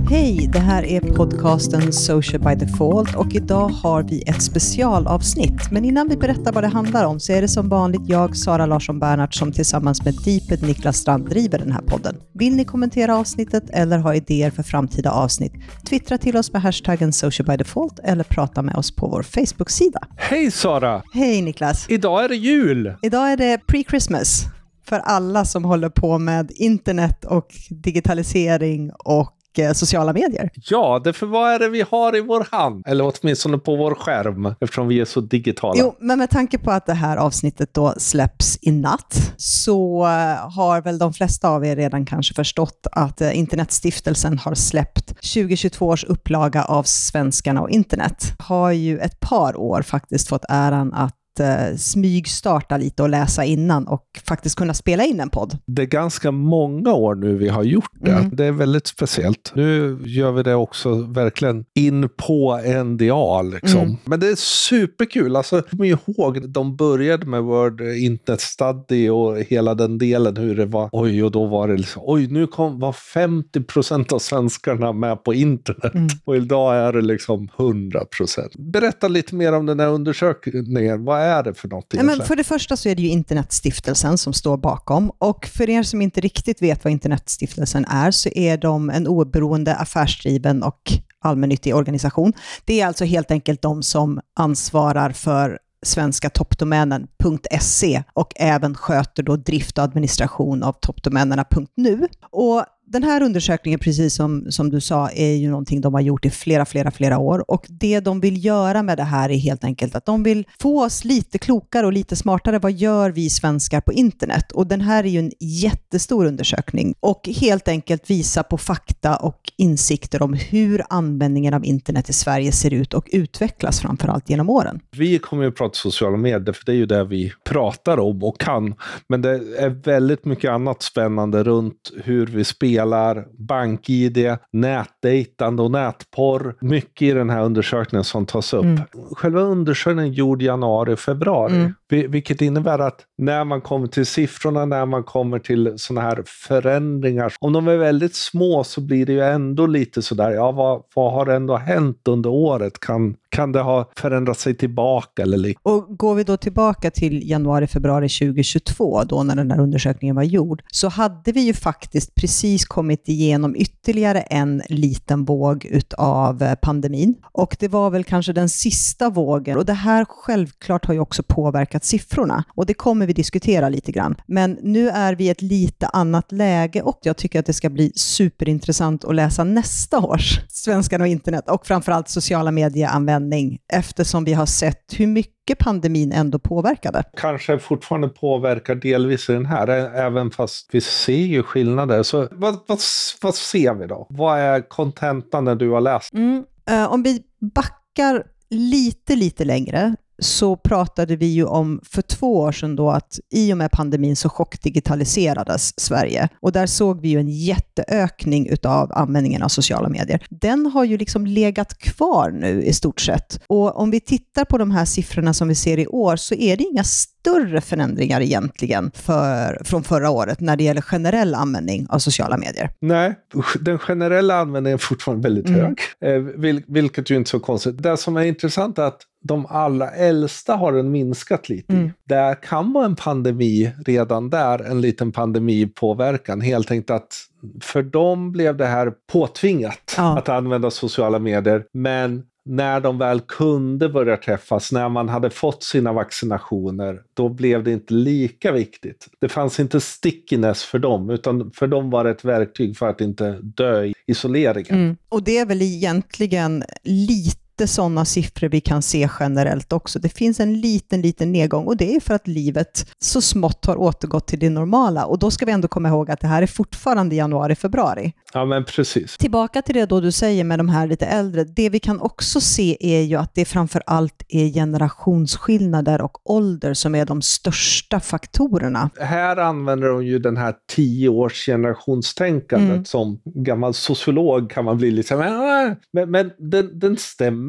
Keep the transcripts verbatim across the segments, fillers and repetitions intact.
Hej, det här är podcasten Social by Default och idag har vi ett specialavsnitt. Men innan vi berättar vad det handlar om så är det som vanligt jag, Sara Larsson-Bernhardt, som tillsammans med Deeped Niklas Strand driver den här podden. Vill ni kommentera avsnittet eller ha idéer för framtida avsnitt? Twittra till oss med hashtaggen Social by Default eller prata med oss på vår Facebook-sida. Hej Sara! Hej Niklas! Idag är det jul! Idag är det pre-Christmas för alla som håller på med internet och digitalisering och sociala medier. Ja, det för vad är det vi har i vår hand? Eller åtminstone på vår skärm, eftersom vi är så digitala. Jo, men med tanke på att det här avsnittet då släpps i natt så har väl de flesta av er redan kanske förstått att Internetstiftelsen har släppt tjugo tjugotvå års upplaga av Svenskarna och internet. Har ju ett par år faktiskt fått äran att smygstarta lite och läsa innan och faktiskt kunna spela in en podd. Det är ganska många år nu vi har gjort det. Mm. Det är väldigt speciellt. Nu gör vi det också verkligen in på N D A liksom. Mm. Men det är superkul. Alltså, jag kommer ihåg, de började med World Internet Study och hela den delen hur det var. Oj, och då var det liksom, oj, nu kom, var femtio procent av svenskarna med på internet. Mm. Och idag är det liksom hundra procent. Berätta lite mer om den här undersökningen. Vad är det för något? Ja, men för det första så är det ju Internetstiftelsen som står bakom, och för er som inte riktigt vet vad Internetstiftelsen är så är de en oberoende, affärsdriven och allmännyttig organisation. Det är alltså helt enkelt de som ansvarar för svenska toppdomänen .se och även sköter då drift och administration av toppdomänerna .nu. Och den här undersökningen, precis som, som du sa, är ju någonting de har gjort i flera, flera, flera år. Och det de vill göra med det här är helt enkelt att de vill få oss lite klokare och lite smartare. Vad gör vi svenskar på internet? Och den här är ju en jättestor undersökning. Och helt enkelt visa på fakta och insikter om hur användningen av internet i Sverige ser ut och utvecklas framförallt genom åren. Vi kommer ju att prata sociala medier, för det är ju det vi pratar om och kan. Men det är väldigt mycket annat spännande runt hur vi spelar bank-I D, nätdejtande och nätporr. Mycket i den här undersökningen som tas upp. Mm. Själva undersökningen gjord januari och februari. Mm. Vilket innebär att när man kommer till siffrorna, när man kommer till såna här förändringar, om de är väldigt små så blir det ju ändå lite sådär, ja vad, vad har ändå hänt under året? Kan, kan det ha förändrat sig tillbaka eller lite? Och går vi då tillbaka till januari-februari tjugo tjugotvå, då när den här undersökningen var gjord, så hade vi ju faktiskt precis kommit igenom ytterligare en liten våg utav pandemin. Och det var väl kanske den sista vågen, och det här självklart har ju också påverkat siffrorna. Och det kommer vi diskutera lite grann. Men nu är vi i ett lite annat läge och jag tycker att det ska bli superintressant att läsa nästa års Svenskarna och internet och framförallt sociala medieanvändning, eftersom vi har sett hur mycket pandemin ändå påverkade. Kanske fortfarande påverkar delvis i den här, även fast vi ser ju skillnader. Så vad, vad, vad ser vi då? Vad är kontentan när du har läst? Mm, eh, om vi backar lite, lite längre så pratade vi ju om för två år sedan då att i och med pandemin så chockdigitaliserades Sverige. Och där såg vi ju en jätteökning utav användningen av sociala medier. Den har ju liksom legat kvar nu i stort sett. Och om vi tittar på de här siffrorna som vi ser i år så är det inga större förändringar egentligen för, från förra året när det gäller generell användning av sociala medier. Nej, den generella användningen är fortfarande väldigt mm. hög. Eh, vil, vilket ju inte är så konstigt. Det som är intressant är att de allra äldsta har den minskat lite. Mm. Det kan vara en pandemi redan där, en liten pandemipåverkan. Helt enkelt att för dem blev det här påtvingat ja. att använda sociala medier. Men när de väl kunde börja träffas, när man hade fått sina vaccinationer, då blev det inte lika viktigt. Det fanns inte stickiness för dem, utan för dem var det ett verktyg för att inte dö i isoleringen. Mm. Och det är väl egentligen lite sådana siffror vi kan se generellt också. Det finns en liten, liten nedgång och det är för att livet så smått har återgått till det normala. Och då ska vi ändå komma ihåg att det här är fortfarande januari, februari. Ja, men precis. Tillbaka till det då du säger med de här lite äldre. Det vi kan också se är ju att det framför allt är generationsskillnader och ålder som är de största faktorerna. Här använder de ju den här tio års generationstänkandet mm. som gammal sociolog kan man bli lite men, men den, den stämmer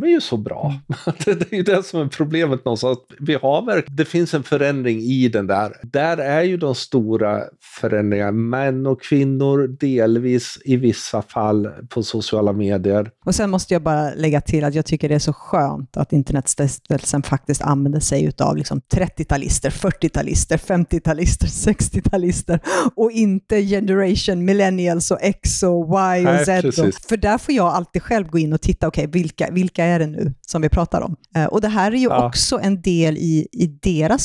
stämmer ju så bra. Det är ju det som är problemet någonstans. Vi har, det finns en förändring i den där. Där är ju de stora förändringarna. Män och kvinnor delvis i vissa fall på sociala medier. Och sen måste jag bara lägga till att jag tycker det är så skönt att internetstiftelsen faktiskt använder sig utav liksom trettio-talister, fyrtio-talister, femtio-talister, sextio-talister och inte generation millennials och X och Y och Z. Och, för där får jag alltid själv gå in och titta, okej, okay, vilka, vilka är det nu som vi pratar om? Uh, och det här är ju ja. också en del i, i deras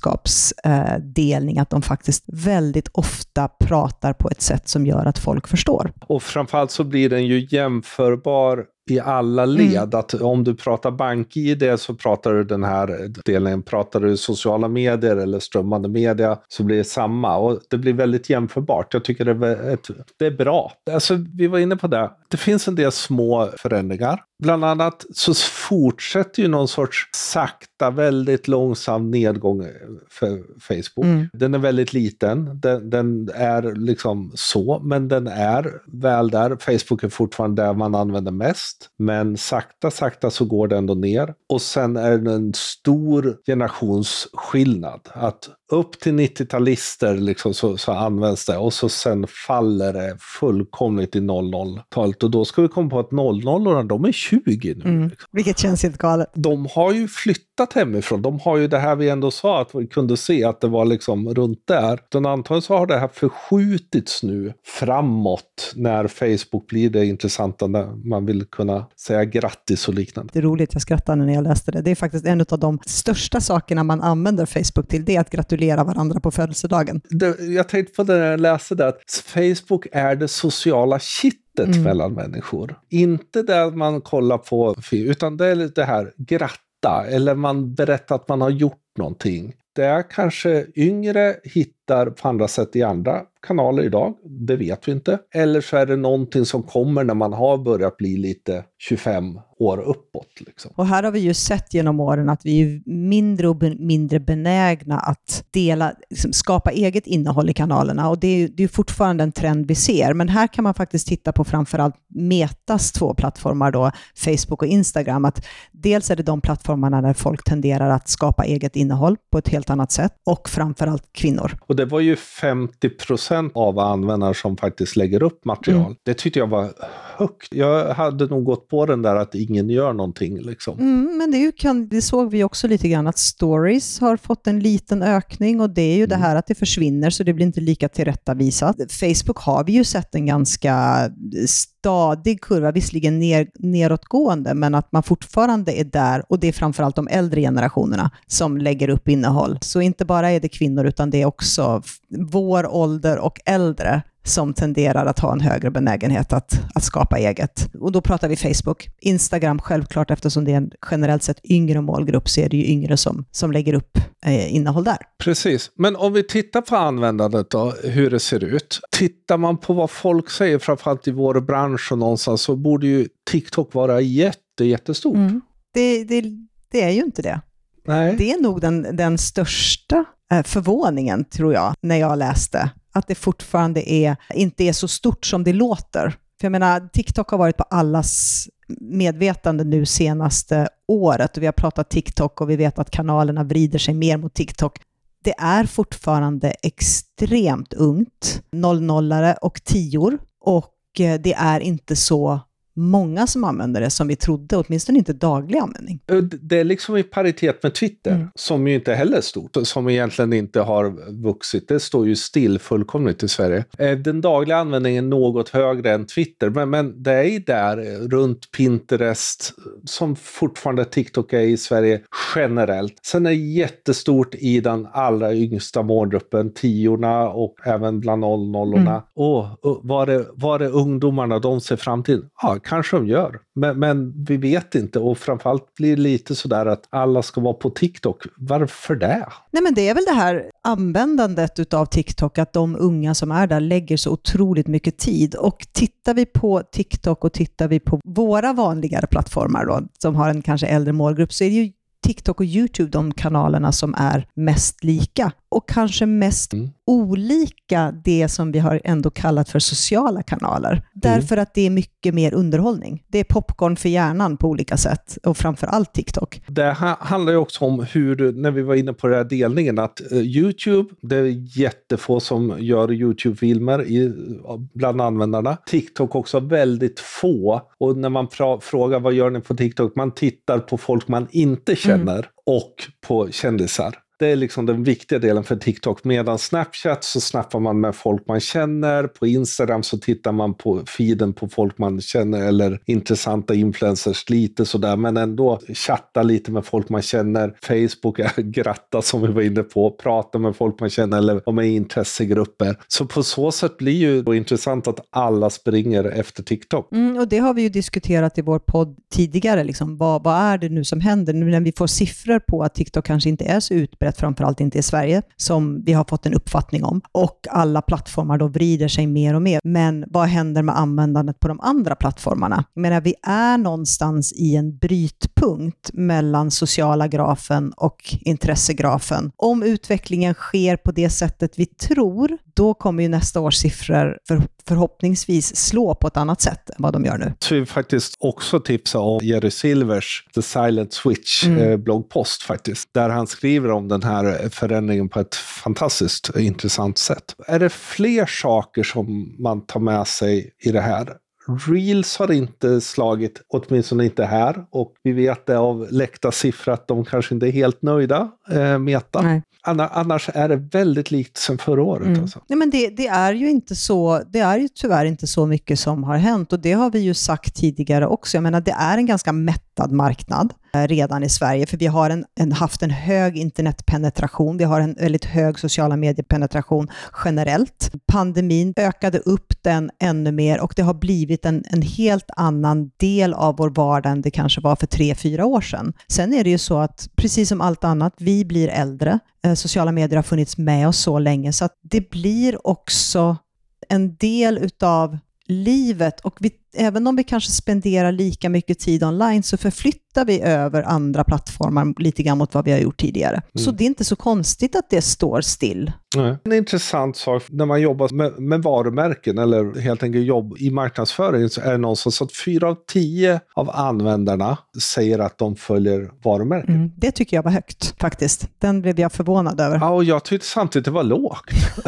kunskapsdelning, uh, att de faktiskt väldigt ofta pratar på ett sätt som gör att folk förstår. Och framförallt så blir den ju jämförbar i alla led. Mm. Att om du pratar bank-I D så pratar du den här delen. Pratar du sociala medier eller strömmande media så blir det samma. Och det blir väldigt jämförbart. Jag tycker det är, ett, det är bra. Alltså, vi var inne på det. Det finns en del små förändringar. Bland annat så fortsätter ju någon sorts sakta, väldigt långsam nedgång för Facebook. Mm. Den är väldigt liten. Den, den är liksom så, men den är väl där. Facebook är fortfarande där man använder mest. Men sakta, sakta så går det ändå ner. Och sen är det en stor generationsskillnad. Att upp till nittio-talister liksom så, så används det. Och så sen faller det fullkomligt i noll noll-talet. Och då ska vi komma på att noll noll-orna, de är tjugo nu. Mm. Liksom. Vilket känns helt galet. De har ju flyttat hemifrån. De har ju det här vi ändå sa att vi kunde se att det var liksom runt där. Den antagligen så har det här förskjutits nu framåt när Facebook blir det intressanta när man vill kunna säga grattis och liknande. Det är roligt, jag skrattade när jag läste det. Det är faktiskt en av de största sakerna man använder Facebook till, det är att gratulera varandra på födelsedagen. Det, jag tänkte på det när jag läste det, att Facebook är det sociala kittet mm. mellan människor. Inte där man kollar på, utan det är det här gratta, eller man berättar att man har gjort någonting. Det är kanske yngre hittar på andra sätt i andra kanaler idag, det vet vi inte. Eller så är det någonting som kommer när man har börjat bli lite tjugofem år uppåt. Liksom. Och här har vi ju sett genom åren att vi är mindre och mindre benägna att dela, liksom skapa eget innehåll i kanalerna. Och det är ju det är fortfarande en trend vi ser. Men här kan man faktiskt titta på framförallt Metas två plattformar då, Facebook och Instagram. Att dels är det de plattformarna där folk tenderar att skapa eget innehåll på ett helt annat sätt. Och framförallt kvinnor. Och det var ju femtio procent av användare som faktiskt lägger upp material. Mm. Det tyckte jag var högt. Jag hade nog gått på den där att ingen gör någonting. Liksom. Mm, men det, är ju, kan, det såg vi också lite grann att stories har fått en liten ökning och det är ju mm. det här att det försvinner så det blir inte lika tillrättavisat. Facebook har vi ju sett en ganska stadig kurva, visserligen ner, neråtgående, men att man fortfarande är där och det är framförallt de äldre generationerna som lägger upp innehåll. Så inte bara är det kvinnor utan det är också vår ålder och äldre som tenderar att ha en högre benägenhet att, att skapa eget. Och då pratar vi Facebook. Instagram självklart, eftersom det är en generellt sett yngre målgrupp så är det ju yngre som, som lägger upp eh, innehåll där. Precis, men om vi tittar på användandet då, hur det ser ut. Tittar man på vad folk säger, framförallt i vår bransch och någonstans, så borde ju TikTok vara jätte, jättestort. Mm. Det, det, det är ju inte det. Nej. Det är nog den, den största eh, förvåningen, tror jag, när jag läste. Att det fortfarande är, inte är så stort som det låter. För jag menar, TikTok har varit på allas medvetande nu senaste året. Och vi har pratat TikTok och vi vet att kanalerna vrider sig mer mot TikTok. Det är fortfarande extremt ungt. Noll-nollare och tior. Och det är inte så många som använder det som vi trodde, åtminstone inte daglig användning. Det är liksom i paritet med Twitter, mm. som ju inte heller är stort, som egentligen inte har vuxit. Det står ju still fullkomligt i Sverige. Den dagliga användningen är något högre än Twitter, men, men det är där runt Pinterest, som fortfarande TikTok är i Sverige generellt. Sen är det jättestort i den allra yngsta målgruppen, tiorna och även bland noll-nollorna. Mm. Och, och var, det, var det ungdomarna de ser framtiden? Ja, kanske de gör. Men, men vi vet inte. Och framförallt blir det lite sådär att alla ska vara på TikTok. Varför det? Nej, men det är väl det här användandet utav TikTok, att de unga som är där lägger så otroligt mycket tid. Och tittar vi på TikTok och tittar vi på våra vanligare plattformar då, som har en kanske äldre målgrupp, så är det ju TikTok och YouTube de kanalerna som är mest lika. och kanske mest mm. olika det som vi har ändå kallat för sociala kanaler. Mm. Därför att det är mycket mer underhållning. Det är popcorn för hjärnan på olika sätt och framförallt TikTok. Det här handlar ju också om hur, när vi var inne på den här delningen, att uh, YouTube, det är jättefå som gör YouTube-filmer i, bland användarna. TikTok också väldigt få. Och när man pra- frågar vad gör ni på TikTok, man tittar på folk man inte känner mm. och på kändisar. Det är liksom den viktiga delen för TikTok. Medan Snapchat så snappar man med folk man känner. På Instagram så tittar man på feeden på folk man känner eller intressanta influencers lite sådär. Men ändå chatta lite med folk man känner. Facebook är gratta som vi var inne på. Prata med folk man känner eller om är i intressegrupper. Så på så sätt blir ju det intressant att alla springer efter TikTok. Mm, och det har vi ju diskuterat i vår podd tidigare. Liksom. Vad, vad är det nu som händer? Nu när vi får siffror på att TikTok kanske inte är så utbrett, framförallt inte i Sverige, som vi har fått en uppfattning om. Och alla plattformar då vrider sig mer och mer. Men vad händer med användandet på de andra plattformarna? Jag menar, vi är någonstans i en brytpunkt mellan sociala grafen och intressegrafen. Om utvecklingen sker på det sättet vi tror, då kommer ju nästa års siffror för, förhoppningsvis slå på ett annat sätt än vad de gör nu. Så vi faktiskt också tipsa om Jerry Silvers The Silent Switch mm. eh, bloggpost faktiskt. Där han skriver om den här förändringen på ett fantastiskt intressant sätt. Är det fler saker som man tar med sig i det här? Reels har inte slagit, åtminstone inte här. Och vi vet det av läckta siffror att de kanske inte är helt nöjda eh, Meta. Nej. Annars är det väldigt likt sen förra året. Mm. Alltså. Nej, men det, det är ju inte så, det är ju tyvärr inte så mycket som har hänt. Och det har vi ju sagt tidigare också. Jag menar, det är en ganska mättad marknad eh, redan i Sverige. För vi har en, en, haft en hög internetpenetration. Vi har en väldigt hög sociala mediepenetration generellt. Pandemin ökade upp den ännu mer. Och det har blivit en, en helt annan del av vår vardag än det kanske var för tre, fyra år sedan. Sen är det ju så att, precis som allt annat, vi blir äldre. Sociala medier har funnits med oss så länge så att det blir också en del utav livet och vi, även om vi kanske spenderar lika mycket tid online så förflyttar vi över andra plattformar lite grann mot vad vi har gjort tidigare. Mm. Så det är inte så konstigt att det står still. Nej. En intressant sak när man jobbar med, med varumärken eller helt enkelt jobb i marknadsföring så är det någonstans att fyra av tio av användarna säger att de följer varumärken. Mm. Det tycker jag var högt faktiskt. Den blev jag förvånad över. Ja, och jag tyckte samtidigt det var lågt.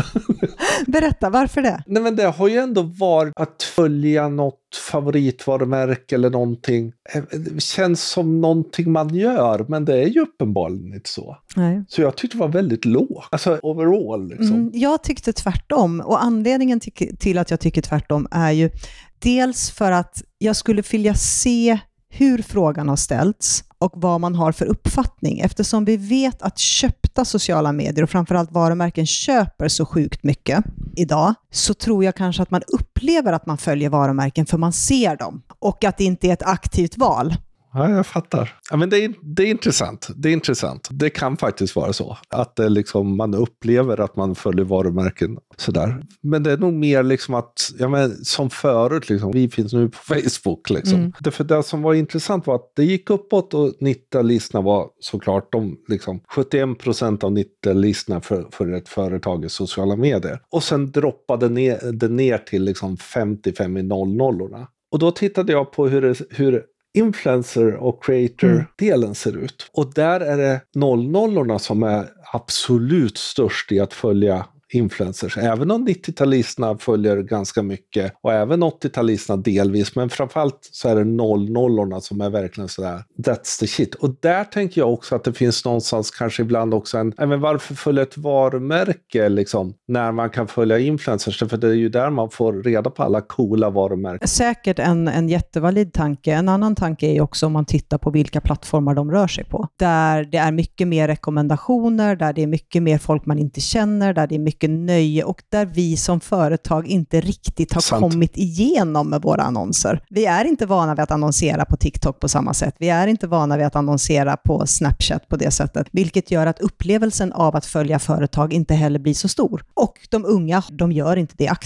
Berätta, varför det? Nej, men det har ju ändå varit att följa något favoritvarumärke eller någonting. Det känns som någonting man gör, men det är ju uppenbarligen inte så. Nej. Så jag tyckte det var väldigt lågt. Alltså overall liksom. Mm, jag tyckte tvärtom. Och anledningen till, till att jag tycker tvärtom är ju dels för att jag skulle vilja se hur frågan har ställts och vad man har för uppfattning. Eftersom vi vet att köpta sociala medier och framförallt varumärken köper så sjukt mycket idag, så tror jag kanske att man upplever att man följer varumärken för man ser dem. Och att det inte är ett aktivt val. Ja, jag fattar. Ja, men det är, det är intressant. Det är intressant. Det kan faktiskt vara så. Att det liksom, man upplever att man följer varumärken sådär. Men det är nog mer liksom att, ja, men, som förut, liksom, vi finns nu på Facebook. Liksom. Mm. Det, för det som var intressant var att det gick uppåt och nittio-listorna var såklart de, liksom, sjuttioen procent av nittio-listorna för, för ett företag i sociala medier. Och sen droppade ner, det ner till liksom femtiofem i noll-nollorna. Och då tittade jag på hur det, hur influencer och creator-delen mm. ser ut. Och där är det noll-nollorna som är absolut störst i att följa influencers. Även om nittio-talisterna följer ganska mycket och även åttio-talisterna delvis, men framförallt så är det noll-nollorna som är verkligen sådär, that's the shit. Och där tänker jag också att det finns någonstans kanske ibland också en, men varför följa ett varumärke liksom, när man kan följa influencers? För det är ju där man får reda på alla coola varumärken. Säkert en, en jättevalid tanke. En annan tanke är också om man tittar på vilka plattformar de rör sig på. Där det är mycket mer rekommendationer, där det är mycket mer folk man inte känner, där det är mycket nöje och där vi som företag inte riktigt har Sant. kommit igenom med våra annonser. Vi är inte vana vid att annonsera på TikTok på samma sätt. Vi är inte vana vid att annonsera på Snapchat på det sättet, vilket gör att upplevelsen av att följa företag inte heller blir så stor. Och de unga, de gör inte det aktivt.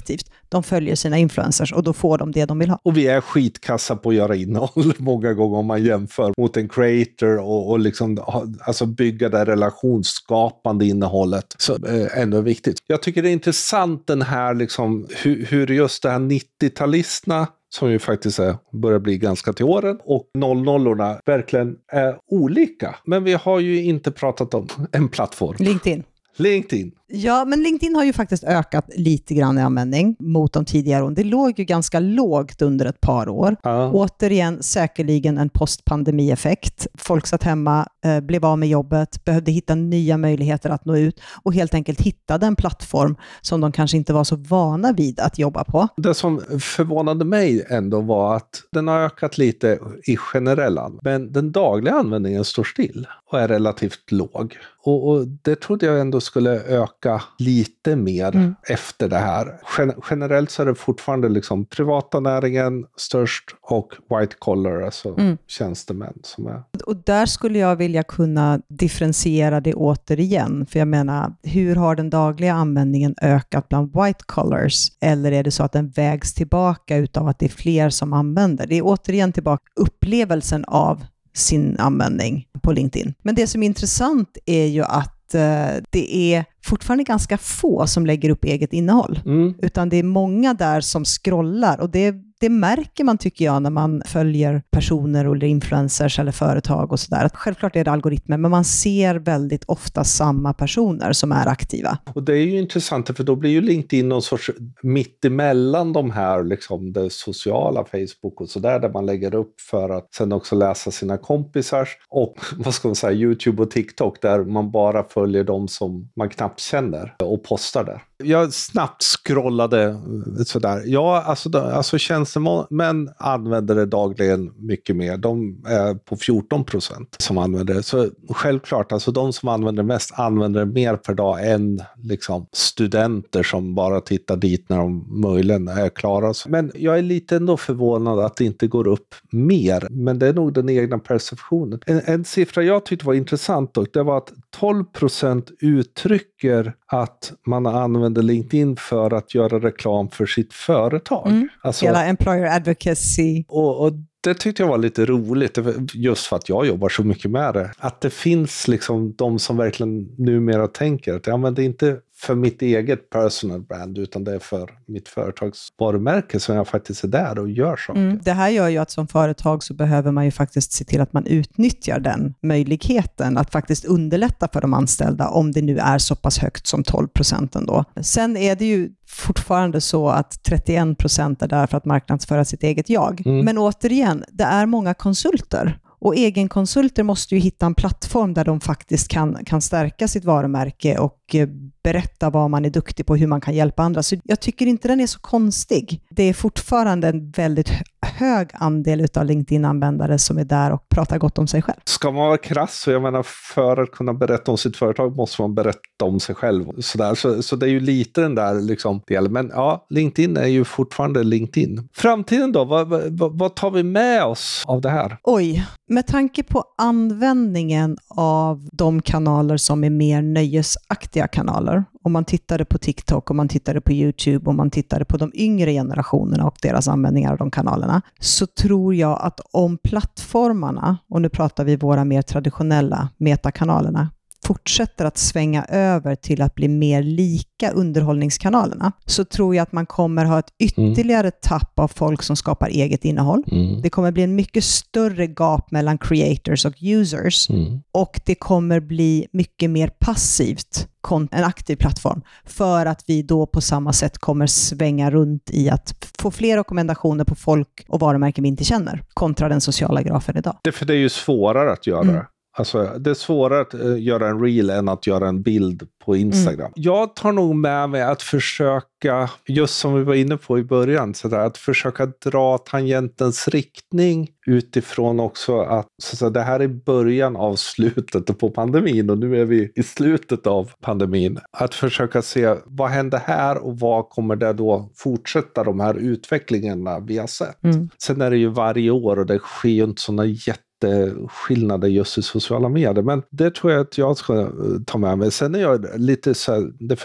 de följer sina influencers och då får de det de vill ha. Och vi är skitkassa på att göra innehåll många gånger om man jämför mot en creator och, och liksom, alltså bygga det relationsskapande innehållet. Så eh, ändå viktigt. Jag tycker det är intressant den här liksom, hur, hur just det här nittio-talisterna som ju faktiskt är, börjar bli ganska till åren, och noll-nollorna verkligen är olika. Men vi har ju inte pratat om en plattform. LinkedIn. LinkedIn. Ja, men LinkedIn har ju faktiskt ökat lite grann i användning mot de tidigare åren. Det låg ju ganska lågt under ett par år. Ja. Återigen säkerligen en postpandemi-effekt. Folk satt hemma, eh, blev av med jobbet, behövde hitta nya möjligheter att nå ut och helt enkelt hittade en plattform som de kanske inte var så vana vid att jobba på. Det som förvånade mig ändå var att den har ökat lite i generell användning, men den dagliga användningen står still och är relativt låg. Och, och det trodde jag ändå skulle öka lite mer mm. efter det här. Gen- generellt så är det fortfarande liksom privata näringen störst och white collar, alltså mm. tjänstemän som är. Och där skulle jag vilja kunna differentiera det återigen. För jag menar, hur har den dagliga användningen ökat bland white collars? Eller är det så att den vägs tillbaka utav att det är fler som använder? Det är återigen tillbaka upplevelsen av sin användning på LinkedIn. Men det som är intressant är ju att eh, det är fortfarande ganska få som lägger upp eget innehåll. Mm. Utan det är många där som scrollar, och det, det märker man tycker jag när man följer personer eller influencers eller företag och sådär. Självklart är det algoritmer, men man ser väldigt ofta samma personer som är aktiva. Och det är ju intressant, för då blir ju LinkedIn någon sorts mittemellan de här, liksom det sociala Facebook och sådär, där man lägger upp för att sen också läsa sina kompisars, och vad ska man säga, YouTube och TikTok där man bara följer dem som man knappt känner och postar där. Jag snabbt scrollade sådär. Ja, alltså, alltså tjänstemän använder det dagligen mycket mer. De är på fjorton procent som använder det. Så självklart, alltså de som använder det mest använder det mer per dag än liksom studenter som bara tittar dit när de möjligen är klara. Men jag är lite ändå förvånad att det inte går upp mer. Men det är nog den egna perceptionen. En, en siffra jag tyckte var intressant dock, det var att tolv procent uttrycker att man använder LinkedIn för att göra reklam för sitt företag. Mm. Alltså, hela employer advocacy. Och, och det tyckte jag var lite roligt, just för att jag jobbar så mycket med det. Att det finns liksom de som verkligen numera tänker att ja, men det är inte för mitt eget personal brand, utan det är för mitt företags varumärke som jag faktiskt är där och gör saker. Mm. Det här gör ju att som företag så behöver man ju faktiskt se till att man utnyttjar den möjligheten att faktiskt underlätta för de anställda, om det nu är så pass högt som tolv procent ändå. Sen är det ju fortfarande så att trettioen procent är där för att marknadsföra sitt eget jag. Mm. Men återigen, det är många konsulter. Och egenkonsulter måste ju hitta en plattform där de faktiskt kan, kan stärka sitt varumärke och eh, berätta vad man är duktig på, hur man kan hjälpa andra. Så jag tycker inte den är så konstig. Det är fortfarande en väldigt hög andel av LinkedIn-användare som är där och pratar gott om sig själv. Ska man vara krass, så jag menar, för att kunna berätta om sitt företag måste man berätta om sig själv. Så, så, så det är ju lite den där liksom delen. Men ja, LinkedIn är ju fortfarande LinkedIn. Framtiden då, vad, vad, vad tar vi med oss av det här? Oj, med tanke på användningen av de kanaler som är mer nöjesaktiga kanaler, om man tittade på TikTok, om man tittade på YouTube, om man tittade på de yngre generationerna och deras användningar av de kanalerna, så tror jag att om plattformarna, och nu pratar vi våra mer traditionella metakanalerna, fortsätter att svänga över till att bli mer lika underhållningskanalerna, så tror jag att man kommer ha ett ytterligare tapp av folk som skapar eget innehåll. Mm. Det kommer bli en mycket större gap mellan creators och users. Mm. Och det kommer bli mycket mer passivt, en aktiv plattform, för att vi då på samma sätt kommer svänga runt i att få fler rekommendationer på folk och varumärken vi inte känner, kontra den sociala grafen idag. Det, för det är ju svårare att göra. Mm. Alltså, det är svårare att uh, göra en reel än att göra en bild på Instagram. Mm. Jag tar nog med mig att försöka, just som vi var inne på i början, så där, att försöka dra tangentens riktning utifrån också att, så att säga, det här är början av slutet på pandemin och nu är vi i slutet av pandemin. Att försöka se vad händer här och vad kommer det då fortsätta de här utvecklingarna vi har sett. Mm. Sen är det ju varje år och det sker ju inte sådana jätte skillnader just i sociala medier, men det tror jag att jag ska ta med mig. Sen är jag lite så här, det, för,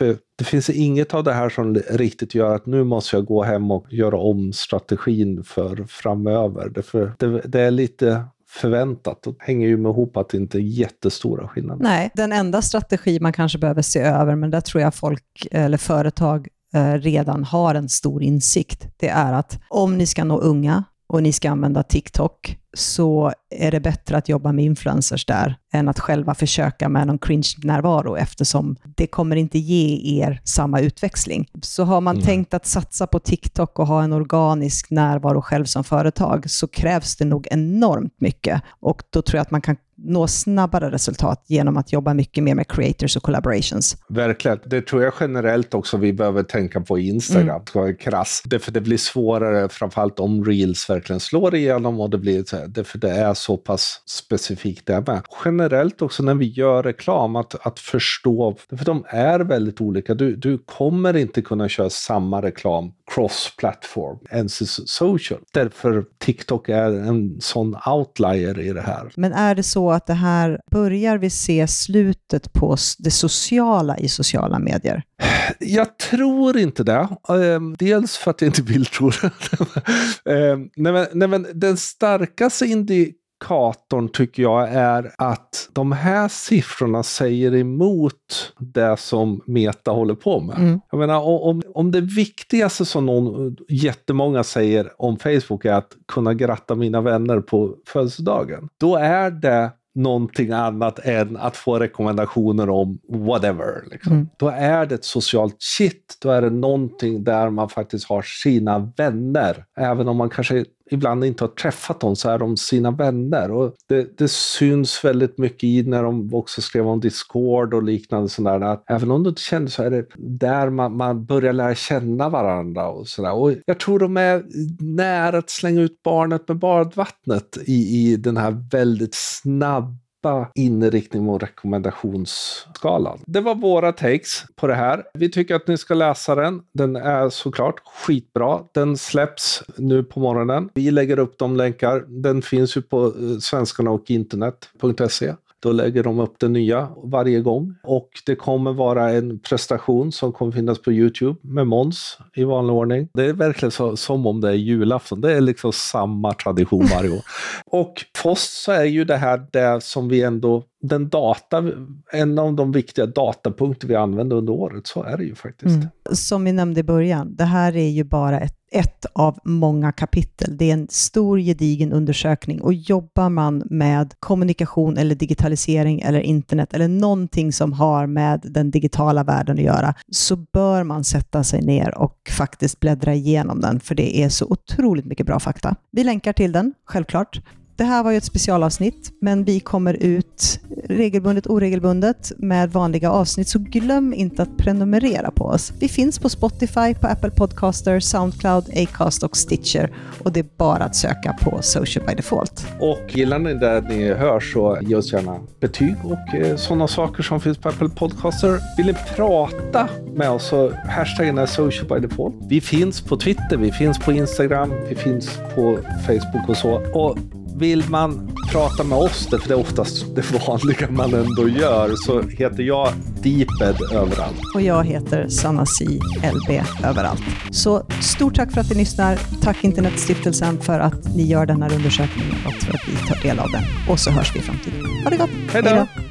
det finns inget av det här som riktigt gör att nu måste jag gå hem och göra om strategin för framöver. Det, för, det, det är lite förväntat och hänger ju med ihop att det inte är jättestora skillnader. Nej, den enda strategi man kanske behöver se över, men där tror jag folk eller företag eh, redan har en stor insikt. Det är att om ni ska nå unga och ni ska använda TikTok, så är det bättre att jobba med influencers där än att själva försöka med någon cringe-närvaro, eftersom det kommer inte ge er samma utväxling. Så har man mm. tänkt att satsa på TikTok och ha en organisk närvaro själv som företag, så krävs det nog enormt mycket. Och då tror jag att man kan nå snabbare resultat genom att jobba mycket mer med creators och collaborations. Verkligen. Det tror jag generellt också vi behöver tänka på Instagram. Mm. Det är krass. Det, för det blir svårare, framförallt om Reels verkligen slår igenom, och det blir så här, det, för det är så pass specifikt det med. Generellt också när vi gör reklam, att, att förstå, för de är väldigt olika. Du, du kommer inte kunna köra samma reklam cross-platform, ens i social. Därför TikTok är en sån outlier i det här. Men är det så att det här börjar vi se slutet på det sociala i sociala medier? Jag tror inte det. Dels för att jag inte vill tro det. nej, men, nej, men den starkaste indikatorn tycker jag är att de här siffrorna säger emot det som Meta håller på med. Mm. Jag menar, om, om det viktigaste som någon, jättemånga säger om Facebook är att kunna gratta mina vänner på födelsedagen, då är det någonting annat än att få rekommendationer om whatever. Liksom. Mm. Då är det ett socialt shit. Då är det någonting där man faktiskt har sina vänner. Även om man kanske ibland inte har träffat dem, så är de sina vänner. Och det, det syns väldigt mycket i när de också skrev om Discord och liknande sådär. Även om du inte känner, så är det där man, man börjar lära känna varandra och sådär. Och jag tror de är nära att slänga ut barnet med badvattnet i, i den här väldigt snabba inriktning och rekommendationsskalan. Det var våra takes på det här. Vi tycker att ni ska läsa den. Den är såklart skitbra. Den släpps nu på morgonen. Vi lägger upp de länkar. Den finns ju på svenskarna och internet punkt se. Då lägger de upp det nya varje gång. Och det kommer vara en prestation som kommer finnas på YouTube med Måns i vanlig ordning. Det är verkligen så, som om det är julafton. Det är liksom samma tradition varje år. Och för oss så är ju det här det som vi ändå, den data, en av de viktiga datapunkter vi använder under året. Så är det ju faktiskt. Mm. Som vi nämnde i början, det här är ju bara ett ett av många kapitel. Det är en stor gedigen undersökning, och jobbar man med kommunikation eller digitalisering eller internet eller någonting som har med den digitala världen att göra, så bör man sätta sig ner och faktiskt bläddra igenom den, för det är så otroligt mycket bra fakta. Vi länkar till den, självklart. Det här var ju ett specialavsnitt, men vi kommer ut regelbundet, oregelbundet med vanliga avsnitt, så glöm inte att prenumerera på oss. Vi finns på Spotify, på Apple Podcaster, Soundcloud, Acast och Stitcher, och det är bara att söka på Social by Default. Och gillar ni det ni hör, så ge oss gärna betyg och eh, sådana saker som finns på Apple Podcaster. Vill ni prata med oss, så hashtaggen är Social by Default. Vi finns på Twitter, vi finns på Instagram, vi finns på Facebook och så. Och vill man prata med oss, för det är oftast det vanliga man ändå gör, så heter jag Deeped överallt. Och jag heter Sanna C. L B överallt. Så stort tack för att ni lyssnar. Tack Internetstiftelsen för att ni gör den här undersökningen och för att vi tar del av den. Och så hörs vi i framtiden. Ha det gott. Hej då!